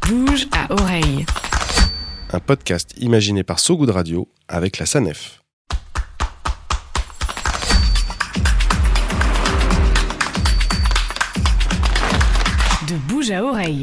Bouge à oreille. Un podcast imaginé par So Good Radio avec la SANEF. De bouge à oreille.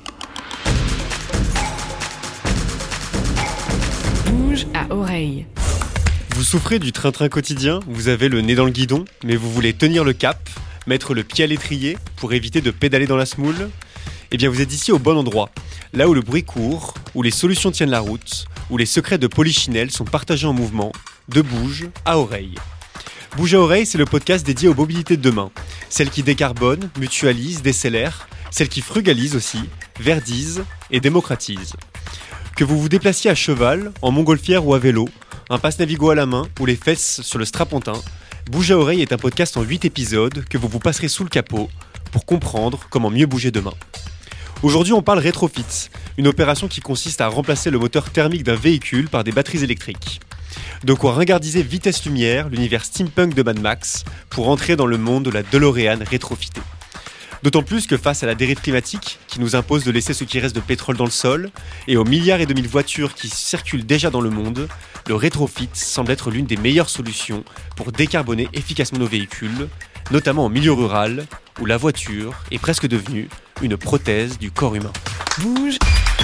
Bouge à oreille. Vous souffrez du train-train quotidien, vous avez le nez dans le guidon, mais vous voulez tenir le cap, mettre le pied à l'étrier pour éviter de pédaler dans la semoule ? Eh bien vous êtes ici au bon endroit, là où le bruit court, où les solutions tiennent la route, où les secrets de Polichinelle sont partagés en mouvement, de bouge à oreille. Bouge à oreille, c'est le podcast dédié aux mobilités de demain, celles qui décarbonent, mutualisent, décélèrent, celles qui frugalisent aussi, verdisent et démocratisent. Que vous vous déplaciez à cheval, en montgolfière ou à vélo, un passe Navigo à la main ou les fesses sur le strapontin, Bouge à oreille est un podcast en 8 épisodes que vous vous passerez sous le capot pour comprendre comment mieux bouger demain. Aujourd'hui, on parle rétrofit, une opération qui consiste à remplacer le moteur thermique d'un véhicule par des batteries électriques. De quoi ringardiser vitesse-lumière l'univers steampunk de Mad Max pour entrer dans le monde de la DeLorean rétrofitée. D'autant plus que face à la dérive climatique qui nous impose de laisser ce qui reste de pétrole dans le sol et aux milliards et demi de voitures qui circulent déjà dans le monde, le rétrofit semble être l'une des meilleures solutions pour décarboner efficacement nos véhicules, notamment en milieu rural où la voiture est presque devenue une prothèse du corps humain. Bouge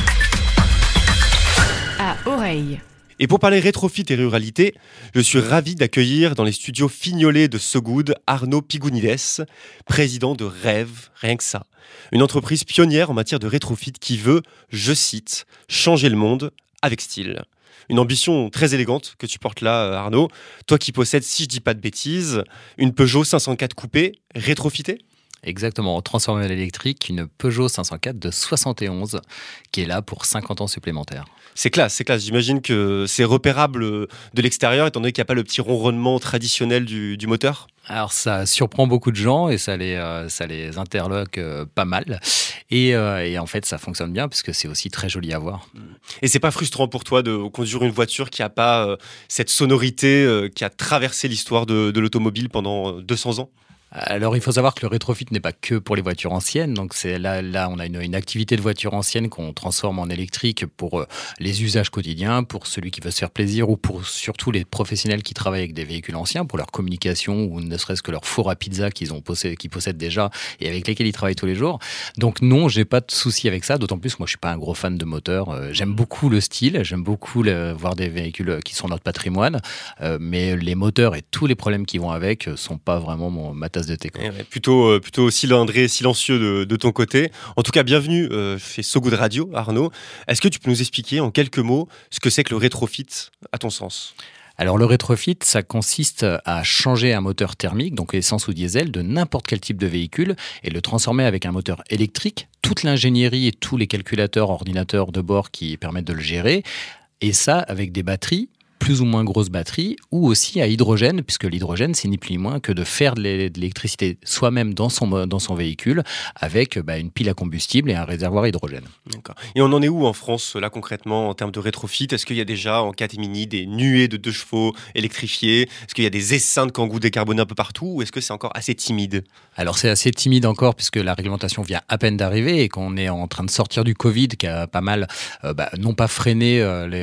à oreille. Et pour parler rétrofit et ruralité, je suis ravi d'accueillir dans les studios fignolés de So Good Arnaud Pigounides, président de Rêve, rien que ça. Une entreprise pionnière en matière de rétrofit qui veut, je cite, changer le monde avec style. Une ambition très élégante que tu portes là, Arnaud. Toi qui possèdes, si je dis pas de bêtises, une Peugeot 504 coupé rétrofitée ? Exactement, transformée à l'électrique, une Peugeot 504 de 71 qui est là pour 50 ans supplémentaires. C'est classe. J'imagine que c'est repérable de l'extérieur étant donné qu'il n'y a pas le petit ronronnement traditionnel du moteur. Alors ça surprend beaucoup de gens et ça les interloque pas mal. Et en fait, ça fonctionne bien puisque c'est aussi très joli à voir. Et c'est pas frustrant pour toi de conduire une voiture qui n'a pas cette sonorité qui a traversé l'histoire de l'automobile pendant 200 ans ? Alors, il faut savoir que le rétrofit n'est pas que pour les voitures anciennes. Donc, c'est là, on a une activité de voiture ancienne qu'on transforme en électrique pour les usages quotidiens, pour celui qui veut se faire plaisir ou pour surtout les professionnels qui travaillent avec des véhicules anciens, pour leur communication ou ne serait-ce que leur four à pizza qu'ils possèdent déjà et avec lesquels ils travaillent tous les jours. Donc, non, j'ai pas de souci avec ça. D'autant plus que moi, je suis pas un gros fan de moteur. J'aime beaucoup le style. J'aime beaucoup voir des véhicules qui sont notre patrimoine. Mais les moteurs et tous les problèmes qui vont avec sont pas vraiment ma tasse de thé. Plutôt cylindré, silencieux de ton côté. En tout cas, bienvenue chez So Good Radio, Arnaud. Est-ce que tu peux nous expliquer en quelques mots ce que c'est que le rétrofit à ton sens ? Alors le rétrofit, ça consiste à changer un moteur thermique, donc essence ou diesel, de n'importe quel type de véhicule et le transformer avec un moteur électrique, toute l'ingénierie et tous les calculateurs, ordinateurs de bord qui permettent de le gérer, et ça avec des batteries, plus ou moins grosses batteries, ou aussi à hydrogène, puisque l'hydrogène, c'est ni plus ni moins que de faire de l'électricité soi-même dans son véhicule, avec une pile à combustible et un réservoir à hydrogène. D'accord. Et on en est où en France, là, concrètement, en termes de rétrofit ? Est-ce qu'il y a déjà, en catémini, des nuées de 2 chevaux électrifiés ? Est-ce qu'il y a des essaims de Kangoo décarbonés un peu partout ? Ou est-ce que c'est encore assez timide ? Alors, c'est assez timide encore, puisque la réglementation vient à peine d'arriver et qu'on est en train de sortir du Covid, qui a pas mal, non pas freiné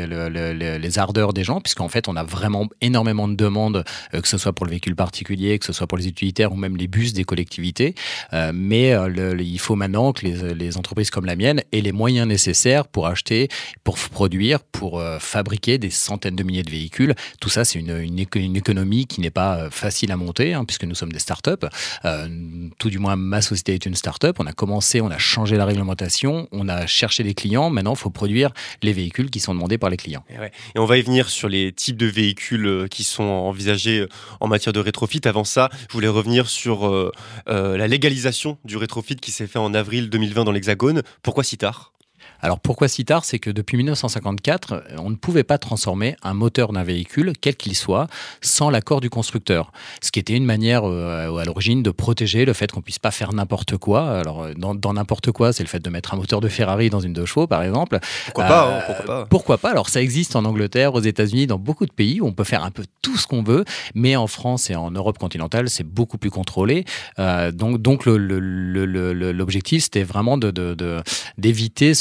les ardeurs des gens, puisqu'en fait, on a vraiment énormément de demandes, que ce soit pour le véhicule particulier, que ce soit pour les utilitaires ou même les bus des collectivités. Mais il faut maintenant que les entreprises comme la mienne aient les moyens nécessaires pour acheter, pour produire, pour fabriquer des centaines de milliers de véhicules. Tout ça, c'est une économie qui n'est pas facile à monter, puisque nous sommes des startups. Tout du moins, ma société est une startup. On a changé la réglementation, on a cherché des clients. Maintenant, il faut produire les véhicules qui sont demandés par les clients. Et on va y venir sur les types de véhicules qui sont envisagés en matière de rétrofit. Avant ça, je voulais revenir sur la légalisation du rétrofit qui s'est fait en avril 2020 dans l'Hexagone. Pourquoi si tard ? Alors pourquoi si tard ? C'est que depuis 1954, on ne pouvait pas transformer un moteur d'un véhicule, quel qu'il soit, sans l'accord du constructeur. Ce qui était une manière à l'origine de protéger le fait qu'on ne puisse pas faire n'importe quoi. Alors dans n'importe quoi, c'est le fait de mettre un moteur de Ferrari dans une 2 chevaux, par exemple. Pourquoi pas ? Alors ça existe en Angleterre, aux États-Unis, dans beaucoup de pays où on peut faire un peu tout ce qu'on veut, mais en France et en Europe continentale, c'est beaucoup plus contrôlé. Donc l'objectif, c'était vraiment d'éviter ce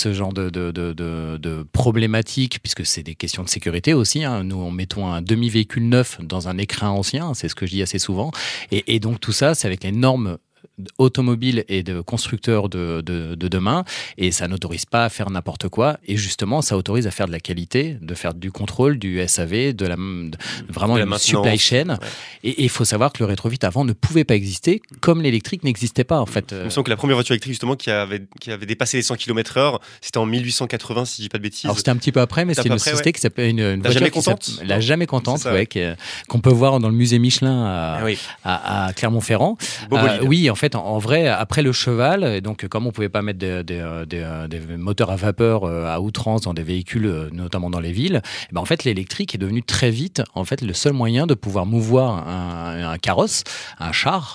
ce genre de problématiques, puisque c'est des questions de sécurité aussi. Nous, mettons un demi-véhicule neuf dans un écrin ancien, c'est ce que je dis assez souvent. Et donc tout ça, c'est avec les normes automobiles et de constructeurs de demain, et ça n'autorise pas à faire n'importe quoi, et justement ça autorise à faire de la qualité, de faire du contrôle, du SAV, vraiment une supply chain. Ouais. Et il faut savoir que le rétrofit avant ne pouvait pas exister, comme l'électrique n'existait pas en fait. Il me semble que la première voiture électrique justement qui avait dépassé les 100 km/h, c'était en 1880 si je dis pas de bêtises. Alors c'était un petit peu après, mais c'est une société qui s'appelle une voiture La Jamais Contente, qu'on peut voir dans le musée Michelin à Clermont-Ferrand. Oui, en fait, en vrai, après le cheval, et donc comme on ne pouvait pas mettre des moteurs à vapeur à outrance dans des véhicules, notamment dans les villes, en fait, l'électrique est devenu très vite en fait, le seul moyen de pouvoir mouvoir un carrosse, un char,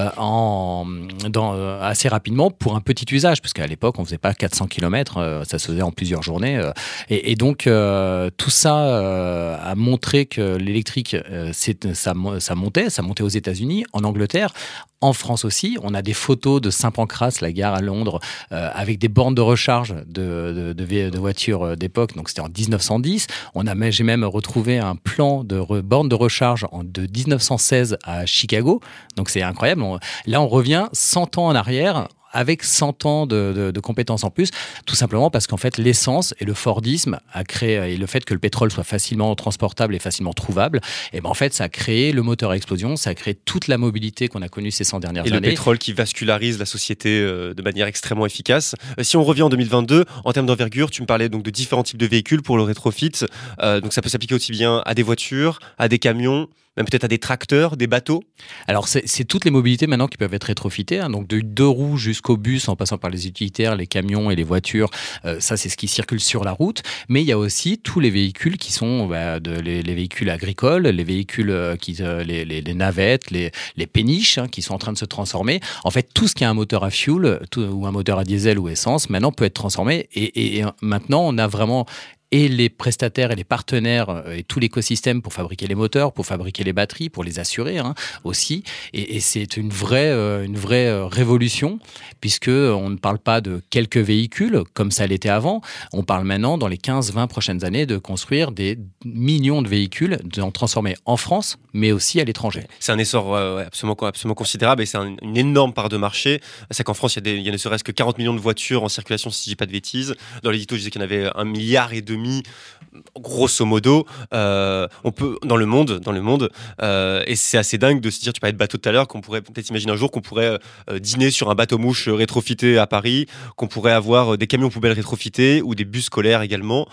assez rapidement pour un petit usage, parce qu'à l'époque, on ne faisait pas 400 km, ça se faisait en plusieurs journées. Et donc, tout ça a montré que l'électrique, ça montait aux États-Unis, en Angleterre, en France aussi. On a des photos de Saint-Pancras, la gare à Londres, avec des bornes de recharge de voitures d'époque. Donc c'était en 1910. J'ai même retrouvé un plan de bornes de recharge de 1916 à Chicago. Donc c'est incroyable. Là, on revient 100 ans en arrière, avec 100 ans de compétences en plus, tout simplement parce qu'en fait, l'essence et le Fordisme a créé, et le fait que le pétrole soit facilement transportable et facilement trouvable, en fait, ça a créé le moteur à explosion, ça a créé toute la mobilité qu'on a connue ces 100 dernières années. Et le pétrole qui vascularise la société de manière extrêmement efficace. Si on revient en 2022, en termes d'envergure, tu me parlais donc de différents types de véhicules pour le rétrofit. Donc ça peut s'appliquer aussi bien à des voitures, à des camions, même peut-être à des tracteurs, des bateaux. Alors, c'est toutes les mobilités maintenant qui peuvent être rétrofitées, donc de 2 roues jusqu'au bus, en passant par les utilitaires, les camions et les voitures. Ça, c'est ce qui circule sur la route. Mais il y a aussi tous les véhicules qui sont les véhicules agricoles, les véhicules, les navettes, les péniches qui sont en train de se transformer. En fait, tout ce qui a un moteur à fuel ou un moteur à diesel ou essence, maintenant peut être transformé. Et maintenant, on a vraiment et les prestataires et les partenaires et tout l'écosystème pour fabriquer les moteurs, pour fabriquer les batteries, pour les assurer aussi. Et c'est une vraie révolution, puisque on ne parle pas de quelques véhicules comme ça l'était avant. On parle maintenant, dans les 15-20 prochaines années, de construire des millions de véhicules, d'en transformer en France, mais aussi à l'étranger. C'est un essor absolument considérable, et c'est une énorme part de marché. C'est qu'en France, il y a ne serait-ce que 40 millions de voitures en circulation, si je dis pas de bêtises. Dans l'édito, je disais qu'il y en avait 1,5 milliard, grosso modo, on peut dans le monde, et c'est assez dingue de se dire, tu parlais de bateau tout à l'heure, qu'on pourrait peut-être imaginer un jour qu'on pourrait dîner sur un bateau mouche rétrofité à Paris, qu'on pourrait avoir des camions poubelles rétrofités ou des bus scolaires également,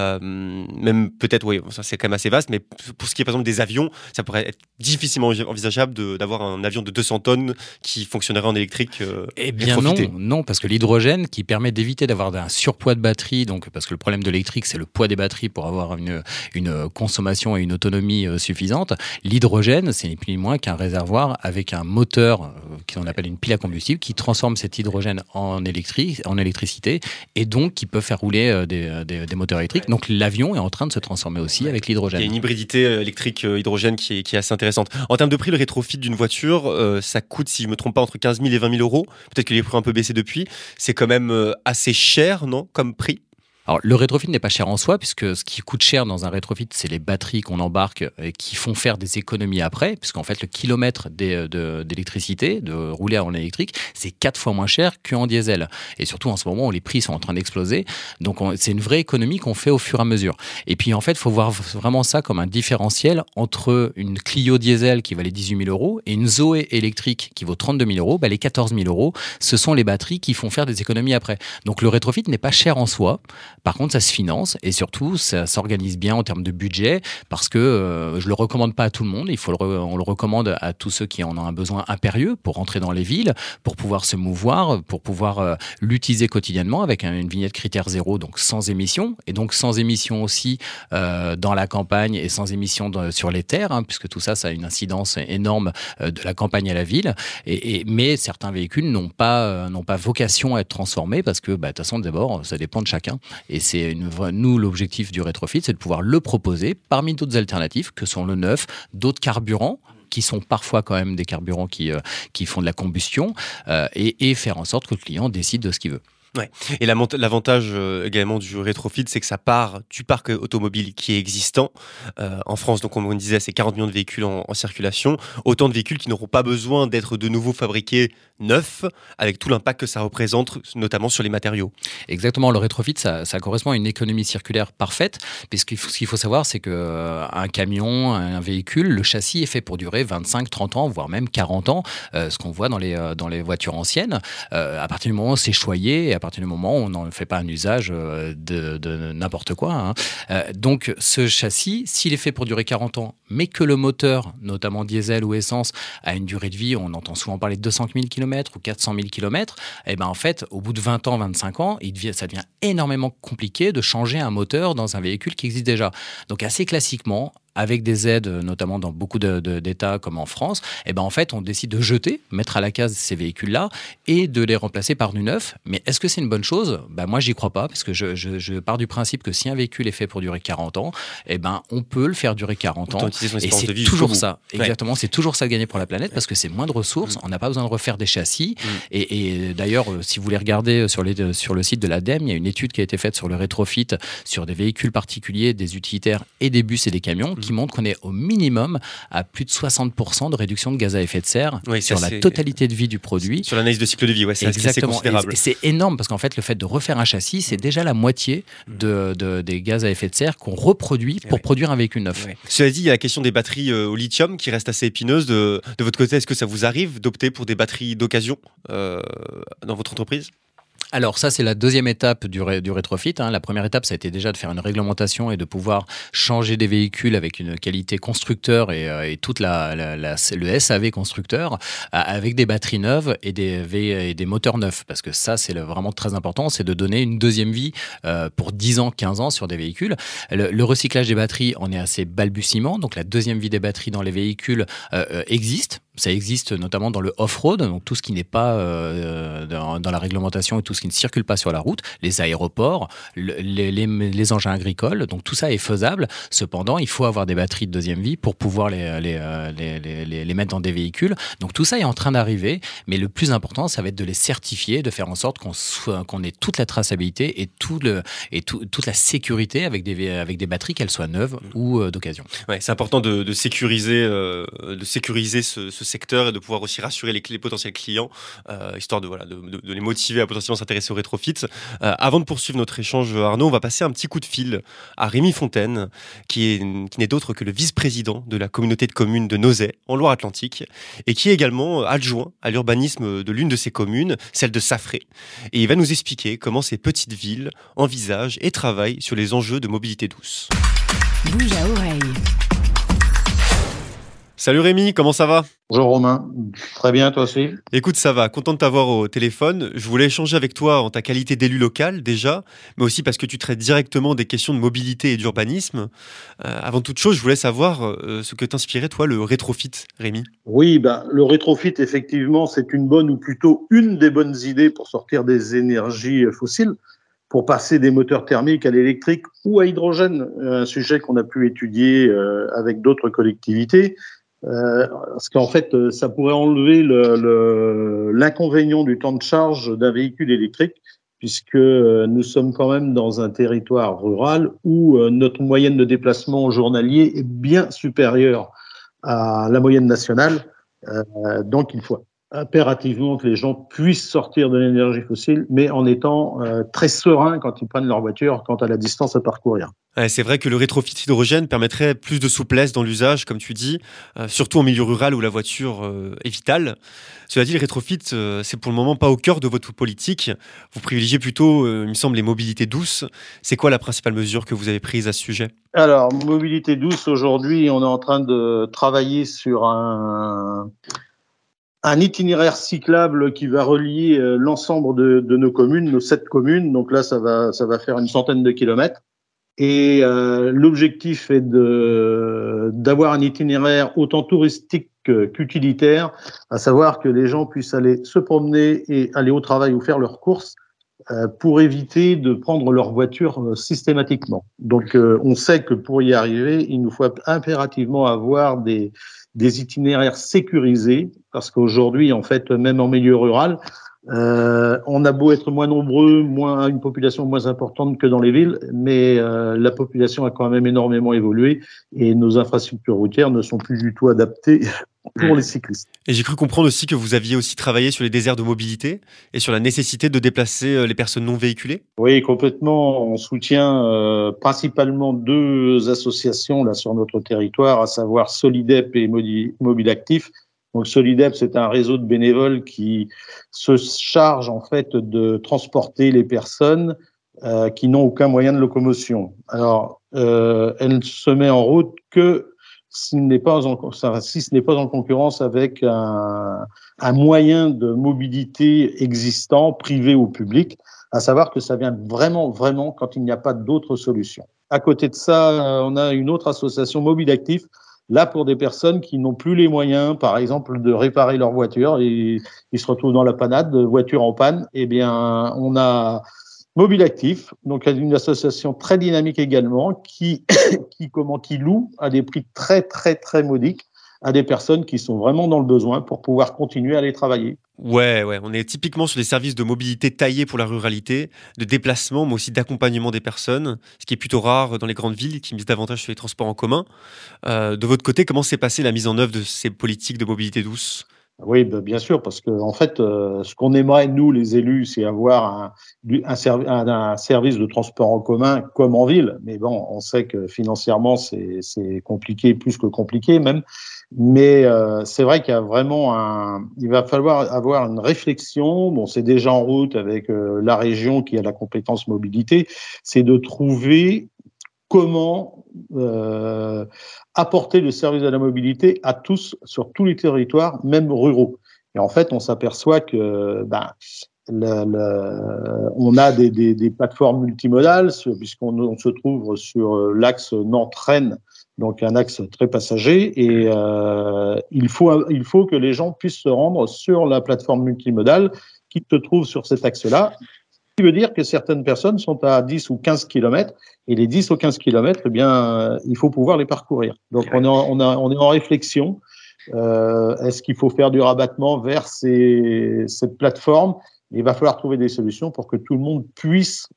même peut-être, oui, ça c'est quand même assez vaste, mais pour ce qui est par exemple des avions, ça pourrait être difficilement envisageable d'avoir un avion de 200 tonnes qui fonctionnerait en électrique Eh bien non, parce que l'hydrogène qui permet d'éviter d'avoir un surpoids de batterie, donc parce que le problème de l'électrique, c'est le poids des batteries pour avoir une consommation et une autonomie suffisante. L'hydrogène, c'est ni plus ni moins qu'un réservoir avec un moteur qu'on appelle une pile à combustible qui transforme cet hydrogène en électricité, et donc qui peut faire rouler des moteurs électriques. Donc l'avion est en train de se transformer aussi avec l'hydrogène. Il y a une hybridité électrique hydrogène qui est assez intéressante. En termes de prix, le rétrofit d'une voiture, ça coûte, si je ne me trompe pas, entre 15 000 et 20 000 euros. Peut-être que les prix ont un peu baissé depuis. C'est quand même assez cher, non, comme prix ? Alors, le rétrofit n'est pas cher en soi, puisque ce qui coûte cher dans un rétrofit, c'est les batteries qu'on embarque et qui font faire des économies après, puisqu'en fait, le kilomètre d'électricité, de rouler en électrique, c'est 4 fois moins cher qu'en diesel. Et surtout, en ce moment où les prix sont en train d'exploser. Donc, c'est une vraie économie qu'on fait au fur et à mesure. Et puis, en fait, il faut voir vraiment ça comme un différentiel entre une Clio diesel qui valait 18 000 euros et une Zoé électrique qui vaut 32 000 euros. Les 14 000 euros, ce sont les batteries qui font faire des économies après. Donc, le rétrofit n'est pas cher en soi. Par contre, ça se finance et surtout, ça s'organise bien en termes de budget, parce que je ne le recommande pas à tout le monde. On le recommande à tous ceux qui en ont un besoin impérieux pour rentrer dans les villes, pour pouvoir se mouvoir, pour pouvoir l'utiliser quotidiennement avec une vignette critère zéro, donc sans émission, et donc sans émission aussi dans la campagne et sans émission sur les terres, puisque tout ça, ça a une incidence énorme de la campagne à la ville. Mais certains véhicules n'ont pas vocation à être transformés parce que, de toute façon, d'abord, ça dépend de chacun. Et nous, l'objectif du rétrofit, c'est de pouvoir le proposer parmi d'autres alternatives que sont le neuf, d'autres carburants, qui sont parfois quand même des carburants qui font de la combustion, et faire en sorte que le client décide de ce qu'il veut. Ouais. Et l'avantage également du rétrofit, c'est que ça part du parc automobile qui est existant. En France, donc, comme on disait, c'est 40 millions de véhicules en circulation. Autant de véhicules qui n'auront pas besoin d'être de nouveau fabriqués neufs, avec tout l'impact que ça représente, notamment sur les matériaux. Exactement, le rétrofit, ça correspond à une économie circulaire parfaite, puisque ce qu'il faut savoir, c'est qu'un camion, un véhicule, le châssis est fait pour durer 25, 30 ans, voire même 40 ans, ce qu'on voit dans les voitures anciennes. À partir du moment où c'est choyé, et à partir du moment où on n'en fait pas un usage de n'importe quoi. Donc ce châssis, s'il est fait pour durer 40 ans, mais que le moteur, notamment diesel ou essence, a une durée de vie, on entend souvent parler de 200 000 km ou 400 000 km, et ben en fait, au bout de 20 ans, 25 ans, ça devient énormément compliqué de changer un moteur dans un véhicule qui existe déjà. Donc assez classiquement, avec des aides, notamment dans beaucoup d'États comme en France, et ben en fait, on décide de mettre à la case ces véhicules-là et de les remplacer par du neuf. Mais est-ce que c'est une bonne chose ? Moi, j'y crois pas, parce que je pars du principe que si un véhicule est fait pour durer 40 ans, et ben on peut le faire durer 40 ans. Et c'est toujours ça. Exactement, c'est toujours ça de gagner pour la planète, parce que c'est moins de ressources, on n'a pas besoin de refaire des châssis. Et d'ailleurs, si vous voulez regarder sur le site de l'ADEME, il y a une étude qui a été faite sur le rétrofit, sur des véhicules particuliers, des utilitaires et des bus et des camions, qui montre qu'on est au minimum à plus de 60% de réduction de gaz à effet de serre sur la totalité de vie du produit. Sur l'analyse de cycle de vie, c'est assez considérable. Et c'est énorme, parce qu'en fait, le fait de refaire un châssis, c'est déjà la moitié des gaz à effet de serre qu'on reproduit pour produire un véhicule neuf. Cela dit, il y a la question des batteries au lithium qui reste assez épineuse. De votre côté, est-ce que ça vous arrive d'opter pour des batteries d'occasion dans votre entreprise ? Alors ça, c'est la deuxième étape du rétrofit. La première étape, ça a été déjà de faire une réglementation et de pouvoir changer des véhicules avec une qualité constructeur et toute le SAV constructeur avec des batteries neuves et des moteurs neufs. Parce que ça, c'est vraiment très important, c'est de donner une deuxième vie pour 10 ans, 15 ans sur des véhicules. Le recyclage des batteries, on est assez balbutiement. Donc la deuxième vie des batteries dans les véhicules existe. Ça existe notamment dans le off-road, donc tout ce qui n'est pas dans la réglementation et tout ce qui ne circule pas sur la route, les aéroports, les engins agricoles, donc tout ça est faisable. Cependant, il faut avoir des batteries de deuxième vie pour pouvoir les mettre dans des véhicules. Donc tout ça est en train d'arriver, mais le plus important, ça va être de les certifier, de faire en sorte qu'on ait toute la traçabilité et toute la sécurité avec des batteries, qu'elles soient neuves ou d'occasion. Ouais, c'est important de sécuriser ce secteur et de pouvoir aussi rassurer les potentiels clients, histoire de les motiver à potentiellement s'intéresser au rétrofit. Avant de poursuivre notre échange, Arnaud, on va passer un petit coup de fil à Rémi Fontaine, qui n'est d'autre que le vice-président de la communauté de communes de Nozay, en Loire-Atlantique, et qui est également adjoint à l'urbanisme de l'une de ces communes, celle de Saffré. Et il va nous expliquer comment ces petites villes envisagent et travaillent sur les enjeux de mobilité douce. Bouge à oreille. Salut Rémi, comment ça va ? Bonjour Romain, très bien, toi aussi. Écoute, ça va, content de t'avoir au téléphone. Je voulais échanger avec toi en ta qualité d'élu local déjà, mais aussi parce que tu traites directement des questions de mobilité et d'urbanisme. Avant toute chose, je voulais savoir ce que t'inspirait toi le rétrofit, Rémi. Oui, le rétrofit, effectivement, c'est une bonne ou plutôt une des bonnes idées pour sortir des énergies fossiles, pour passer des moteurs thermiques à l'électrique ou à hydrogène, un sujet qu'on a pu étudier avec d'autres collectivités. Parce qu'en fait, ça pourrait enlever l'inconvénient du temps de charge d'un véhicule électrique, puisque nous sommes quand même dans un territoire rural où notre moyenne de déplacement journalier est bien supérieure à la moyenne nationale. Donc, il faut impérativement que les gens puissent sortir de l'énergie fossile, mais en étant très sereins quand ils prennent leur voiture, quant à la distance à parcourir. Ouais, c'est vrai que le rétrofit hydrogène permettrait plus de souplesse dans l'usage, comme tu dis, surtout en milieu rural où la voiture est vitale. Cela dit, le rétrofit, c'est pour le moment pas au cœur de votre politique. Vous privilégiez plutôt, il me semble, les mobilités douces. C'est quoi la principale mesure que vous avez prise à ce sujet ? Alors, mobilité douce, aujourd'hui, on est en train de travailler sur un itinéraire cyclable qui va relier l'ensemble de nos communes, nos 7 communes. Donc là, ça va faire une centaine de kilomètres. Et l'objectif est d'avoir un itinéraire autant touristique qu'utilitaire, à savoir que les gens puissent aller se promener et aller au travail ou faire leurs courses pour éviter de prendre leur voiture systématiquement. Donc on sait que pour y arriver, il nous faut impérativement avoir des itinéraires sécurisés, parce qu'aujourd'hui, en fait, même en milieu rural, On a beau être moins nombreux, une population moins importante que dans les villes, mais la population a quand même énormément évolué et nos infrastructures routières ne sont plus du tout adaptées pour les cyclistes. Et j'ai cru comprendre aussi que vous aviez aussi travaillé sur les déserts de mobilité et sur la nécessité de déplacer les personnes non véhiculées. Oui, complètement. On soutient principalement 2 associations là sur notre territoire, à savoir Solidep et Mobile Actif. Donc Solidep, c'est un réseau de bénévoles qui se charge en fait de transporter les personnes qui n'ont aucun moyen de locomotion. Alors, elle ne se met en route que si ce n'est pas en concurrence avec un moyen de mobilité existant, privé ou public, à savoir que ça vient vraiment quand il n'y a pas d'autre solution. À côté de ça, on a une autre association Mobile Actif, là pour des personnes qui n'ont plus les moyens, par exemple, de réparer leur voiture et ils se retrouvent dans la panade, voiture en panne. Eh bien, on a Mobile Actif, donc une association très dynamique également, qui loue à des prix très modiques à des personnes qui sont vraiment dans le besoin pour pouvoir continuer à aller travailler. Ouais, on est typiquement sur des services de mobilité taillés pour la ruralité, de déplacement, mais aussi d'accompagnement des personnes, ce qui est plutôt rare dans les grandes villes qui misent davantage sur les transports en commun. De votre côté, comment s'est passée la mise en œuvre de ces politiques de mobilité douce ? Oui, bien sûr, parce que en fait, ce qu'on aimerait, nous, les élus, c'est avoir un service de transport en commun comme en ville. Mais bon, on sait que financièrement, c'est compliqué, plus que compliqué même. Mais c'est vrai qu'il y a vraiment il va falloir avoir une réflexion. Bon, c'est déjà en route avec la région qui a la compétence mobilité. C'est de trouver comment apporter le service de la mobilité à tous, sur tous les territoires, même ruraux. Et en fait, on s'aperçoit que on a des plateformes multimodales, puisqu'on se trouve sur l'axe Nantes-Rennes, donc un axe très passager, et il faut que les gens puissent se rendre sur la plateforme multimodale qui se trouve sur cet axe-là. Ce qui veut dire que certaines personnes sont à 10 ou 15 km, et les 10 ou 15 km, eh bien, il faut pouvoir les parcourir. Donc, on est en réflexion. Est-ce qu'il faut faire du rabattement vers cette plateforme ? Il va falloir trouver des solutions pour que tout le monde puisse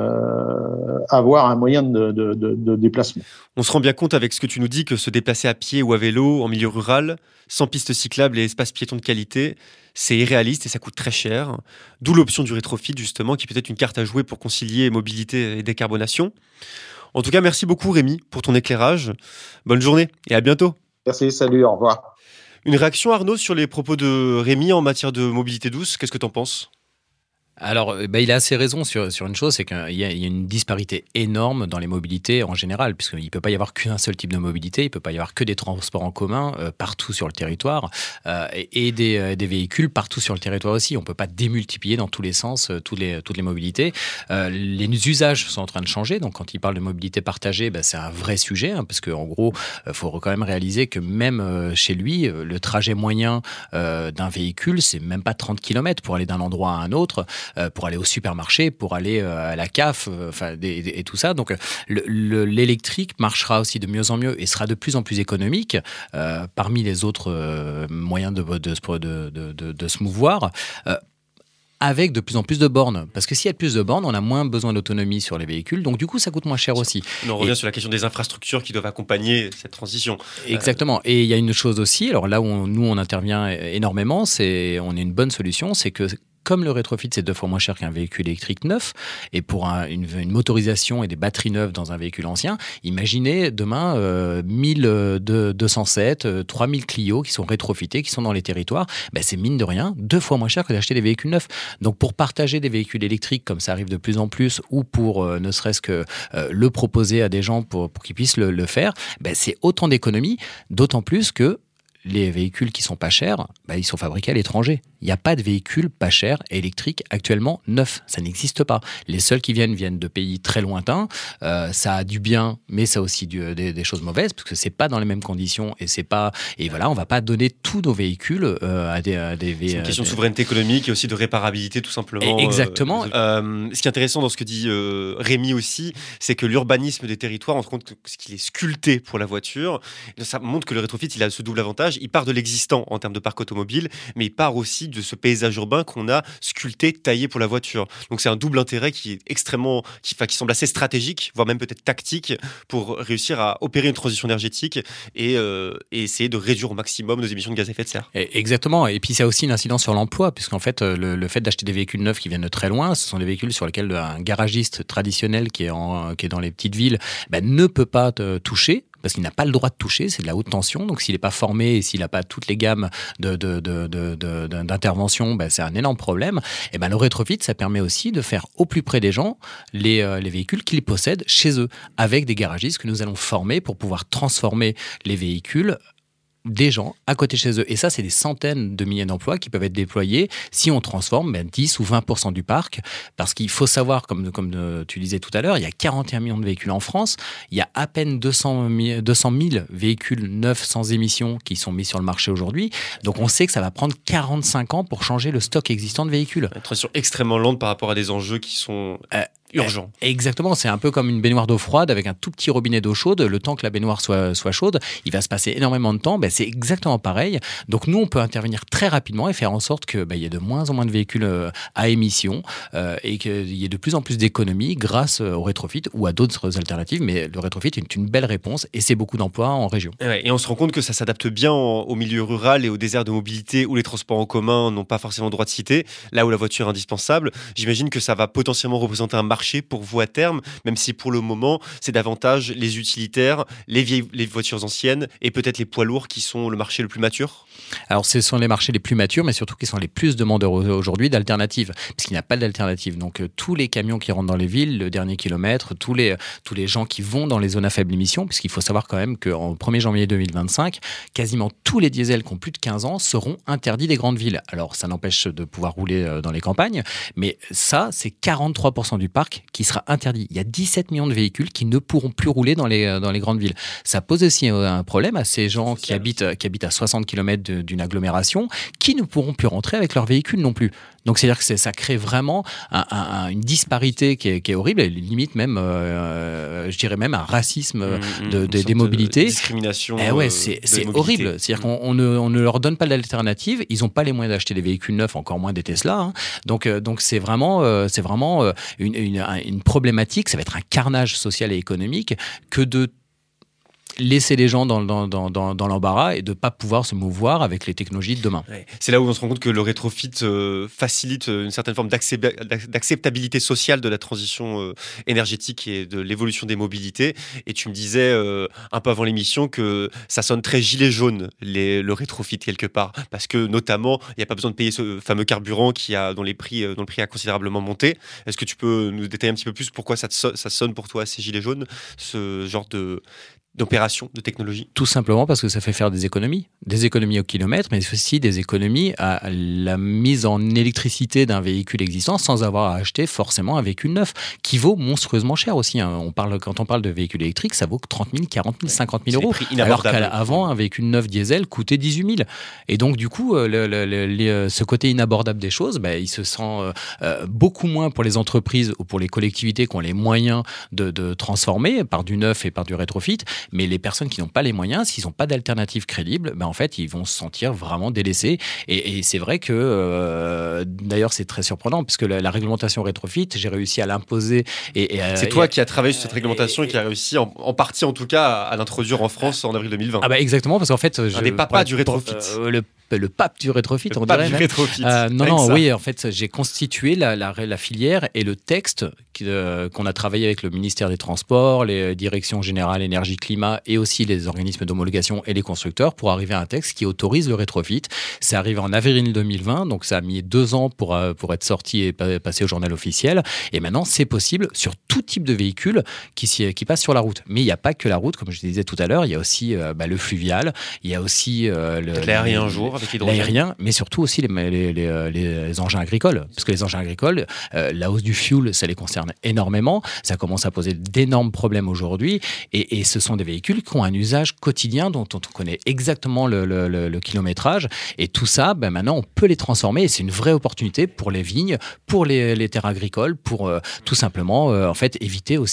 avoir un moyen de déplacement. On se rend bien compte avec ce que tu nous dis que se déplacer à pied ou à vélo en milieu rural, sans piste cyclable et espace piéton de qualité, c'est irréaliste et ça coûte très cher. D'où l'option du rétrofit, justement, qui peut être une carte à jouer pour concilier mobilité et décarbonation. En tout cas, merci beaucoup Rémi pour ton éclairage. Bonne journée et à bientôt. Merci, salut, au revoir. Une réaction Arnaud sur les propos de Rémi en matière de mobilité douce, qu'est-ce que tu en penses ? Alors, il a assez raison sur une chose, c'est qu'il y a une disparité énorme dans les mobilités en général, puisqu'il ne peut pas y avoir qu'un seul type de mobilité, il ne peut pas y avoir que des transports en commun partout sur le territoire et des véhicules partout sur le territoire aussi. On ne peut pas démultiplier dans tous les sens toutes les mobilités. Les usages sont en train de changer, donc quand il parle de mobilité partagée, c'est un vrai sujet, parce qu'en gros, il faut quand même réaliser que même chez lui, le trajet moyen d'un véhicule, c'est même pas 30 km pour aller d'un endroit à un autre. Pour aller au supermarché, pour aller à la CAF, et tout ça. Donc, l'électrique marchera aussi de mieux en mieux et sera de plus en plus économique parmi les autres moyens de se mouvoir. Avec de plus en plus de bornes. Parce que s'il y a plus de bornes, on a moins besoin d'autonomie sur les véhicules, donc du coup, ça coûte moins cher aussi. On revient sur la question des infrastructures qui doivent accompagner cette transition. Exactement. Et il y a une chose aussi, alors là où on intervient énormément, on est une bonne solution, c'est que comme le rétrofit, c'est 2 fois moins cher qu'un véhicule électrique neuf, et pour une motorisation et des batteries neuves dans un véhicule ancien, imaginez demain 1207, 3000 Clio qui sont rétrofités, qui sont dans les territoires, c'est mine de rien 2 fois moins cher que d'acheter des véhicules neufs. Donc pour partager des véhicules électriques, comme ça arrive de plus en plus, ou pour ne serait-ce que le proposer à des gens pour qu'ils puissent le faire, c'est autant d'économies, d'autant plus que les véhicules qui sont pas chers, ils sont fabriqués à l'étranger. Il n'y a pas de véhicules pas chers électriques actuellement neufs. Ça n'existe pas. Les seuls qui viennent de pays très lointains. Ça a du bien, mais ça a aussi des choses mauvaises parce que c'est pas dans les mêmes conditions et voilà, on va pas donner tous nos véhicules à des c'est une question de souveraineté économique et aussi de réparabilité tout simplement. Exactement. Ce qui est intéressant dans ce que dit Rémi aussi, c'est que l'urbanisme des territoires, en compte ce qu'il est sculpté pour la voiture, ça montre que le rétrofit il a ce double avantage. paysage, il part de l'existant en termes de parc automobile, mais il part aussi de ce paysage urbain qu'on a sculpté, taillé pour la voiture. Donc c'est un double intérêt qui est extrêmement, qui semble assez stratégique, voire même peut-être tactique, pour réussir à opérer une transition énergétique et essayer de réduire au maximum nos émissions de gaz à effet de serre. Exactement. Et puis ça a aussi une incidence sur l'emploi, puisqu'en fait, le fait d'acheter des véhicules neufs qui viennent de très loin, ce sont des véhicules sur lesquels un garagiste traditionnel qui est dans les petites villes ne peut pas toucher. Parce qu'il n'a pas le droit de toucher, c'est de la haute tension. Donc, s'il n'est pas formé et s'il n'a pas toutes les gammes d'intervention, c'est un énorme problème. Et le rétrofit, ça permet aussi de faire au plus près des gens les véhicules qu'ils possèdent chez eux, avec des garagistes que nous allons former pour pouvoir transformer les véhicules des gens à côté de chez eux. Et ça, c'est des centaines de milliers d'emplois qui peuvent être déployés si on transforme 10 ou 20% du parc. Parce qu'il faut savoir, comme tu disais tout à l'heure, il y a 41 millions de véhicules en France. Il y a à peine 200 000 véhicules neufs sans émissions qui sont mis sur le marché aujourd'hui. Donc, on sait que ça va prendre 45 ans pour changer le stock existant de véhicules. Une transition extrêmement lente par rapport à des enjeux qui sont urgents. Exactement, c'est un peu comme une baignoire d'eau froide avec un tout petit robinet d'eau chaude. Le temps que la baignoire soit chaude, il va se passer énormément de temps. C'est exactement pareil. Donc nous, on peut intervenir très rapidement et faire en sorte qu'il y ait de moins en moins de véhicules à émission et qu'il y ait de plus en plus d'économies grâce au rétrofit ou à d'autres alternatives. Mais le rétrofit est une belle réponse et c'est beaucoup d'emplois en région. Et on se rend compte que ça s'adapte bien au milieu rural et aux déserts de mobilité où les transports en commun n'ont pas forcément le droit de citer, là où la voiture est indispensable. J'imagine que ça va potentiellement représenter un marché pour vous à terme, même si pour le moment, c'est davantage les utilitaires, les voitures anciennes et peut-être les poids lourds qui sont le marché le plus mature. Alors, ce sont les marchés les plus matures, mais surtout qui sont les plus demandeurs aujourd'hui d'alternatives, puisqu'il n'y a pas d'alternative. Donc, tous les camions qui rentrent dans les villes, le dernier kilomètre, tous les gens qui vont dans les zones à faible émission, puisqu'il faut savoir quand même qu'en 1er janvier 2025, quasiment tous les diesels qui ont plus de 15 ans seront interdits des grandes villes. Alors, ça n'empêche de pouvoir rouler dans les campagnes, mais ça, c'est 43% du parc qui sera interdit. Il y a 17 millions de véhicules qui ne pourront plus rouler dans les grandes villes. Ça pose aussi un problème à ces gens qui habitent à 60 km d'une agglomération, qui ne pourront plus rentrer avec leur véhicule non plus. Donc, c'est-à-dire que ça crée vraiment une disparité qui est horrible, et limite même, je dirais même un racisme des mobilités. Discrimination. C'est horrible. C'est-à-dire qu'on ne leur donne pas d'alternative. Ils n'ont pas les moyens d'acheter des véhicules neufs, encore moins des Tesla. Donc c'est vraiment une problématique. Ça va être un carnage social et économique que de laisser les gens dans l'embarras et de ne pas pouvoir se mouvoir avec les technologies de demain. C'est là où on se rend compte que le rétrofit facilite une certaine forme d'acceptabilité sociale de la transition énergétique et de l'évolution des mobilités. Et tu me disais un peu avant l'émission que ça sonne très gilet jaune, le rétrofit quelque part, parce que notamment, il n'y a pas besoin de payer ce fameux carburant dont le prix a considérablement monté. Est-ce que tu peux nous détailler un petit peu plus pourquoi ça sonne pour toi assez gilet jaune, ce genre d'opération, de technologie? Tout simplement parce que ça fait faire des économies au kilomètre, mais aussi des économies à la mise en électricité d'un véhicule existant sans avoir à acheter forcément un véhicule neuf, qui vaut monstrueusement cher aussi. Quand on parle de véhicule électrique, ça vaut 30 000, 40 000, 50 000 euros. Alors qu'avant, un véhicule neuf diesel coûtait 18 000. Et donc, du coup, ce côté inabordable des choses, il se sent beaucoup moins pour les entreprises ou pour les collectivités qui ont les moyens de transformer par du neuf et par du rétrofit. Mais les personnes qui n'ont pas les moyens, s'ils n'ont pas d'alternative crédible, en fait, ils vont se sentir vraiment délaissés. Et c'est vrai que, d'ailleurs, c'est très surprenant, puisque la réglementation rétrofit, j'ai réussi à l'imposer. C'est toi qui as travaillé sur cette réglementation et qui a réussi, en partie en tout cas, à l'introduire en France en avril 2020. Exactement, parce qu'en fait... Un des papas du rétrofit. Le pape du rétrofit, on dirait. Oui, en fait, j'ai constitué la filière et le texte qu'on a travaillé avec le ministère des Transports, les directions générales énergie-climat et aussi les organismes d'homologation et les constructeurs pour arriver à un texte qui autorise le rétrofit. C'est arrivé en avril 2020, donc ça a mis 2 ans pour être sorti et passer au journal officiel. Et maintenant, c'est possible sur tout type de véhicule qui passe sur la route. Mais il n'y a pas que la route, comme je disais tout à l'heure, il y a aussi le fluvial, il y a aussi l'aérien un jour. L'aérien, mais surtout aussi les engins agricoles. Parce que les engins agricoles, la hausse du fuel, ça les concerne énormément. Ça commence à poser d'énormes problèmes aujourd'hui. Et ce sont des véhicules qui ont un usage quotidien dont on connaît exactement le kilométrage. Et tout ça, maintenant, on peut les transformer. Et c'est une vraie opportunité pour les vignes, pour les terres agricoles, pour tout simplement, en fait, éviter aussi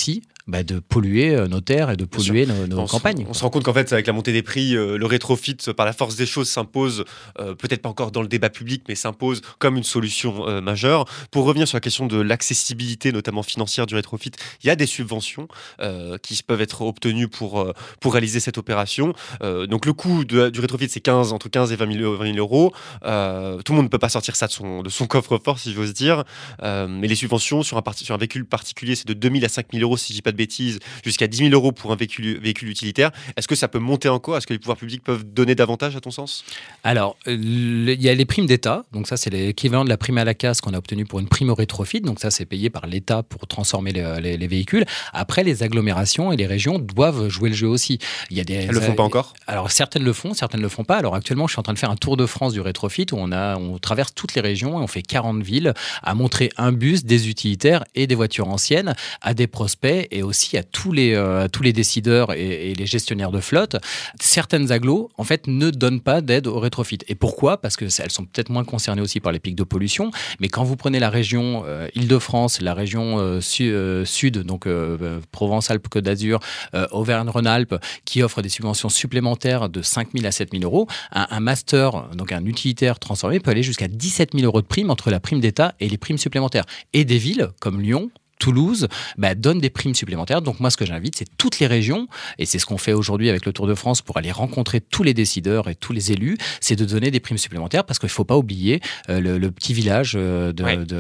de polluer nos terres et de polluer nos campagnes. On se rend compte qu'en fait, avec la montée des prix, le rétrofit, par la force des choses, s'impose, peut-être pas encore dans le débat public, mais s'impose comme une solution majeure. Pour revenir sur la question de l'accessibilité, notamment financière du rétrofit, il y a des subventions qui peuvent être obtenues pour réaliser cette opération. Donc le coût du rétrofit, c'est entre 15 et 20 000 euros. Tout le monde ne peut pas sortir ça de son coffre-fort, si j'ose dire. Mais les subventions sur un véhicule particulier, c'est de 2 000 à 5 000 euros, si je dis pas de bêtises, jusqu'à 10 000 euros pour un véhicule utilitaire. Est-ce que ça peut monter encore ? Est-ce que les pouvoirs publics peuvent donner davantage, à ton sens ? Alors, il y a les primes d'État. Donc ça, c'est l'équivalent de la prime à la casse qu'on a obtenue pour une prime au rétrofit. Donc ça, c'est payé par l'État pour transformer les véhicules. Après, les agglomérations et les régions doivent jouer le jeu aussi. Elles le font pas encore ? Alors, certaines le font, certaines ne le font pas. Alors actuellement, je suis en train de faire un tour de France du rétrofit où on traverse toutes les régions et on fait 40 villes à montrer un bus, des utilitaires et des voitures anciennes à des prospects et aussi à tous les décideurs et les gestionnaires de flotte. Certaines agglos, en fait, ne donnent pas d'aide au rétrofit. Et pourquoi ? Parce que elles sont peut-être moins concernées aussi par les pics de pollution. Mais quand vous prenez la région Île-de-France, la région sud, donc Provence-Alpes-Côte d'Azur, Auvergne-Rhône-Alpes, qui offrent des subventions supplémentaires de 5 000 à 7 000 euros, un master, donc un utilitaire transformé, peut aller jusqu'à 17 000 euros de prime entre la prime d'État et les primes supplémentaires. Et des villes comme Lyon, Toulouse donne des primes supplémentaires. Donc moi, ce que j'invite, c'est toutes les régions, et c'est ce qu'on fait aujourd'hui avec le Tour de France pour aller rencontrer tous les décideurs et tous les élus, c'est de donner des primes supplémentaires parce qu'il ne faut pas oublier le petit village de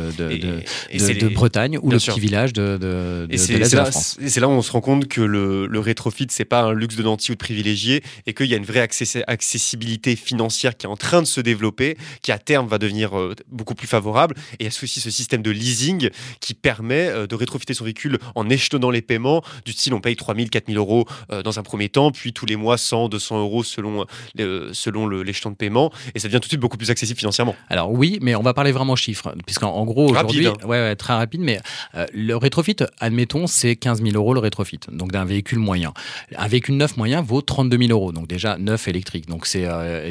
Bretagne ou le petit village de l'Est de la France. Et c'est là où on se rend compte que le rétrofit, c'est pas un luxe de nantis ou de privilégié et qu'il y a une vraie accessibilité financière qui est en train de se développer, qui à terme va devenir beaucoup plus favorable. Et il y a aussi ce système de leasing qui permet de rétrofiter son véhicule en échelonnant les paiements, du style on paye 3 000, 4 000 euros dans un premier temps, puis tous les mois 100, 200 euros selon l'échelon de paiement, et ça devient tout de suite beaucoup plus accessible financièrement. Alors oui, mais on va parler vraiment chiffres, puisqu'en gros aujourd'hui, très rapide, mais le rétrofit, admettons, c'est 15 000 euros le rétrofit, donc d'un véhicule moyen. Un véhicule neuf moyen vaut 32 000 euros, donc déjà neuf électrique, donc c'est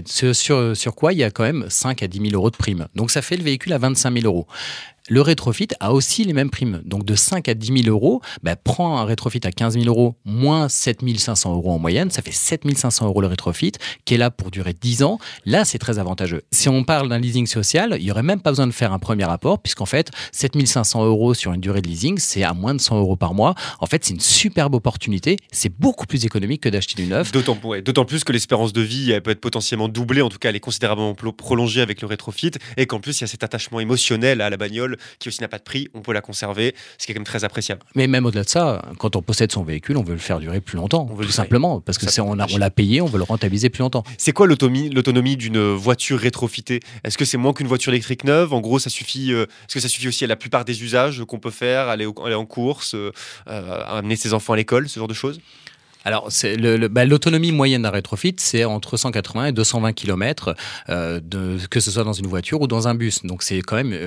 sur quoi il y a quand même 5 à 10 000 euros de prime, donc ça fait le véhicule à 25 000 euros. Le rétrofit a aussi les mêmes primes. Donc de 5 à 10 000 euros, prends un rétrofit à 15 000 euros moins 7 500 euros en moyenne, ça fait 7 500 euros le rétrofit qui est là pour durer 10 ans. Là, c'est très avantageux. Si on parle d'un leasing social, il n'y aurait même pas besoin de faire un premier rapport puisqu'en fait, 7 500 euros sur une durée de leasing, c'est à moins de 100 euros par mois. En fait, c'est une superbe opportunité. C'est beaucoup plus économique que d'acheter du neuf. D'autant plus que l'espérance de vie elle peut être potentiellement doublée, en tout cas elle est considérablement prolongée avec le rétrofit et qu'en plus il y a cet attachement émotionnel à la bagnole qui aussi n'a pas de prix, on peut la conserver, ce qui est quand même très appréciable. Mais même au-delà de ça, quand on possède son véhicule, on veut le faire durer plus longtemps, tout simplement, parce que on l'a payé, on veut le rentabiliser plus longtemps. C'est quoi l'autonomie d'une voiture rétrofitée ? Est-ce que c'est moins qu'une voiture électrique neuve ? En gros, ça suffit. Est-ce que ça suffit aussi à la plupart des usages qu'on peut faire, aller en course, amener ses enfants à l'école, ce genre de choses ? Alors, l'autonomie moyenne d'un rétrofit, c'est entre 180 et 220 km, que ce soit dans une voiture ou dans un bus. Donc, c'est quand même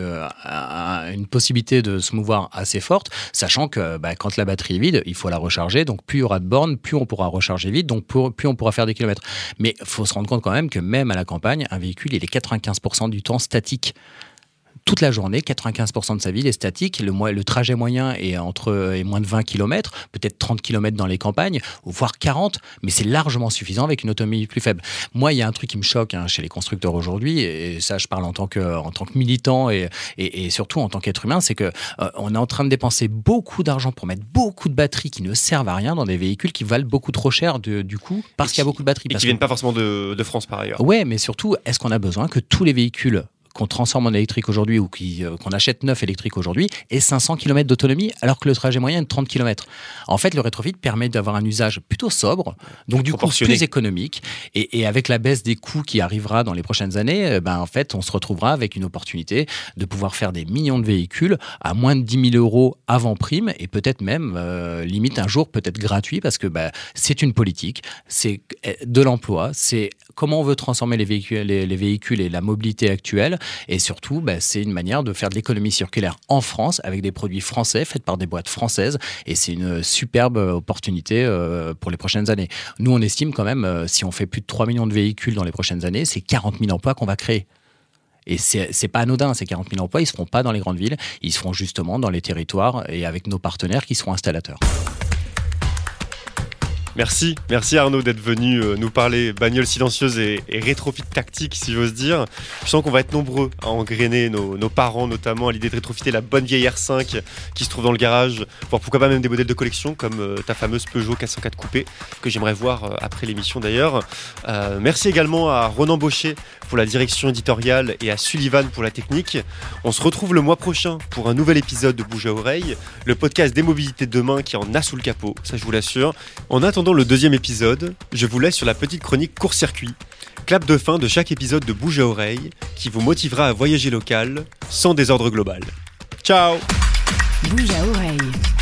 une possibilité de se mouvoir assez forte, sachant que quand la batterie est vide, il faut la recharger. Donc, plus il y aura de bornes, plus on pourra recharger vite, donc plus on pourra faire des kilomètres. Mais il faut se rendre compte quand même que même à la campagne, un véhicule, il est 95% du temps statique. Toute la journée, 95% de sa vie est statique. Le trajet moyen est moins de 20 km, peut-être 30 km dans les campagnes, voire 40, mais c'est largement suffisant avec une autonomie plus faible. Moi, il y a un truc qui me choque chez les constructeurs aujourd'hui, et ça, je parle en tant que militant et surtout en tant qu'être humain, c'est qu'on est en train de dépenser beaucoup d'argent pour mettre beaucoup de batteries qui ne servent à rien dans des véhicules qui valent beaucoup trop cher du coup, parce qu'il y a beaucoup de batteries. Et qui ne viennent pas forcément de France par ailleurs. Ouais, mais surtout, est-ce qu'on a besoin que tous les véhicules qu'on transforme en électrique aujourd'hui ou qu'on achète neuf électrique aujourd'hui aient 500 km d'autonomie alors que le trajet moyen est de 30 km. En fait, le rétrofit permet d'avoir un usage plutôt sobre, donc du coup plus économique, et avec la baisse des coûts qui arrivera dans les prochaines années, en fait, on se retrouvera avec une opportunité de pouvoir faire des millions de véhicules à moins de 10 000 euros avant prime et peut-être même, limite un jour, peut-être gratuit parce que c'est une politique, c'est de l'emploi, c'est comment on veut transformer les véhicules et la mobilité actuelle. Et surtout, c'est une manière de faire de l'économie circulaire en France avec des produits français faits par des boîtes françaises. Et c'est une superbe opportunité pour les prochaines années. Nous, on estime quand même, si on fait plus de 3 millions de véhicules dans les prochaines années, c'est 40 000 emplois qu'on va créer. Et c'est pas anodin, ces 40 000 emplois, ils se feront pas dans les grandes villes, ils se feront justement dans les territoires et avec nos partenaires qui seront installateurs. Merci Arnaud d'être venu nous parler bagnole silencieuse et rétrofit tactique, si j'ose dire. Je sens qu'on va être nombreux à engrainer nos parents, notamment à l'idée de rétrofiter la bonne vieille R5 qui se trouve dans le garage, voire pourquoi pas même des modèles de collection comme ta fameuse Peugeot 404 coupé, que j'aimerais voir après l'émission d'ailleurs. Merci également à Ronan Baucher pour la direction éditoriale et à Sullivan pour la technique. On se retrouve le mois prochain pour un nouvel épisode de Bouge à oreille, le podcast des mobilités de demain qui en a sous le capot, ça je vous l'assure. En attendant le deuxième épisode, je vous laisse sur la petite chronique court-circuit, clap de fin de chaque épisode de Bouge à oreille qui vous motivera à voyager local sans désordre global. Ciao! Bouge à oreille.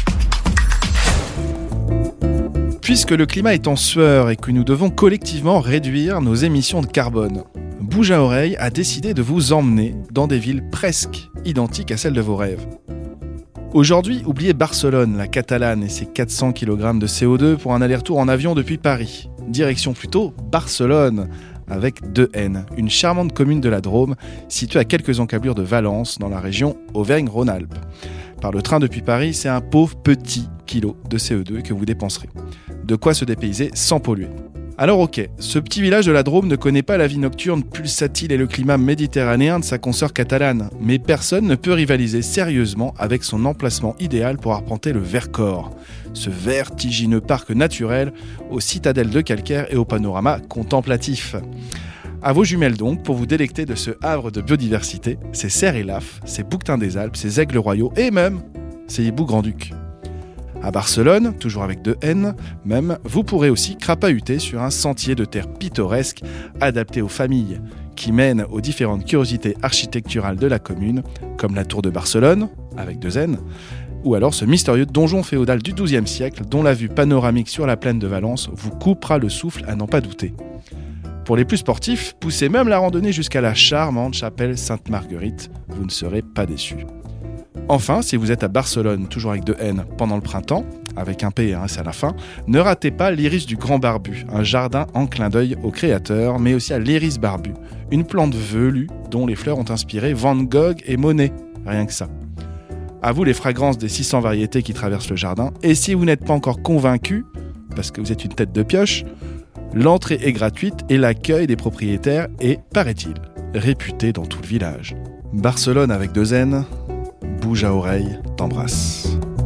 Puisque le climat est en sueur et que nous devons collectivement réduire nos émissions de carbone, Bouge à oreille a décidé de vous emmener dans des villes presque identiques à celles de vos rêves. Aujourd'hui, oubliez Barcelone, la catalane et ses 400 kg de CO2 pour un aller-retour en avion depuis Paris. Direction plutôt Barcelone, avec 2N, une charmante commune de la Drôme, située à quelques encablures de Valence, dans la région Auvergne-Rhône-Alpes. Par le train depuis Paris, c'est un pauvre petit kilo de CO2 que vous dépenserez. De quoi se dépayser sans polluer. Alors ok, ce petit village de la Drôme ne connaît pas la vie nocturne pulsatile et le climat méditerranéen de sa consoeur catalane, mais personne ne peut rivaliser sérieusement avec son emplacement idéal pour arpenter le Vercors, ce vertigineux parc naturel aux citadelles de calcaire et au panorama contemplatif. À vos jumelles donc, pour vous délecter de ce havre de biodiversité, ces cerfs et lafs, ces bouquetins des Alpes, ces aigles royaux et même ces hiboux grand-ducs. À Barcelone, toujours avec 2N, même, vous pourrez aussi crapahuter sur un sentier de terre pittoresque adapté aux familles, qui mène aux différentes curiosités architecturales de la commune, comme la tour de Barcelone, avec 2N, ou alors ce mystérieux donjon féodal du XIIe siècle, dont la vue panoramique sur la plaine de Valence vous coupera le souffle à n'en pas douter. Pour les plus sportifs, poussez même la randonnée jusqu'à la charmante chapelle Sainte-Marguerite, vous ne serez pas déçus. Enfin, si vous êtes à Barcelone, toujours avec 2N, pendant le printemps, avec un P et un S à la fin, ne ratez pas l'iris du Grand Barbu, un jardin en clin d'œil au créateur, mais aussi à l'iris barbu, une plante velue dont les fleurs ont inspiré Van Gogh et Monet, rien que ça. À vous les fragrances des 600 variétés qui traversent le jardin, et si vous n'êtes pas encore convaincu, parce que vous êtes une tête de pioche, l'entrée est gratuite et l'accueil des propriétaires est, paraît-il, réputé dans tout le village. Barcelone avec 2N, Bouge à oreille, t'embrasse.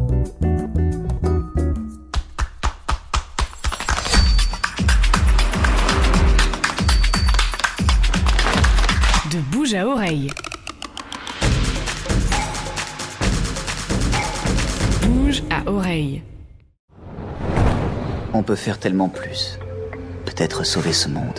De bouge à oreille. Bouge à oreille. On peut faire tellement plus. Peut-être sauver ce monde.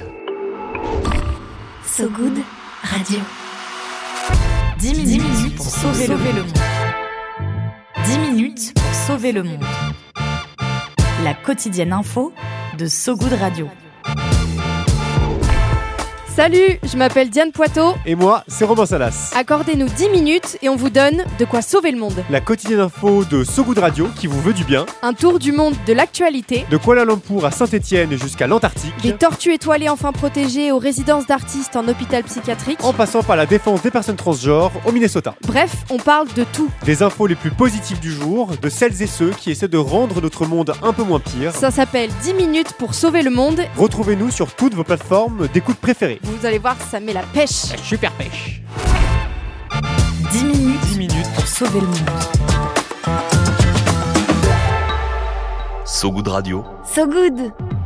So Good Radio. 10 minutes pour sauver le monde. 10 minutes pour sauver le monde. La quotidienne info de So Good Radio. Salut, je m'appelle Diane Poitot. Et moi, c'est Romain Salas. Accordez-nous 10 minutes et on vous donne de quoi sauver le monde. La quotidienne info de So Good Radio qui vous veut du bien. Un tour du monde de l'actualité. De Kuala Lumpur à Saint-Étienne jusqu'à l'Antarctique. Des tortues étoilées enfin protégées aux résidences d'artistes en hôpital psychiatrique. En passant par la défense des personnes transgenres au Minnesota. Bref, on parle de tout. Des infos les plus positives du jour, de celles et ceux qui essaient de rendre notre monde un peu moins pire. Ça s'appelle 10 minutes pour sauver le monde. Retrouvez-nous sur toutes vos plateformes d'écoute préférées. Vous allez voir, ça met la pêche. La super pêche. 10 minutes pour sauver le monde. So Good Radio. So Good.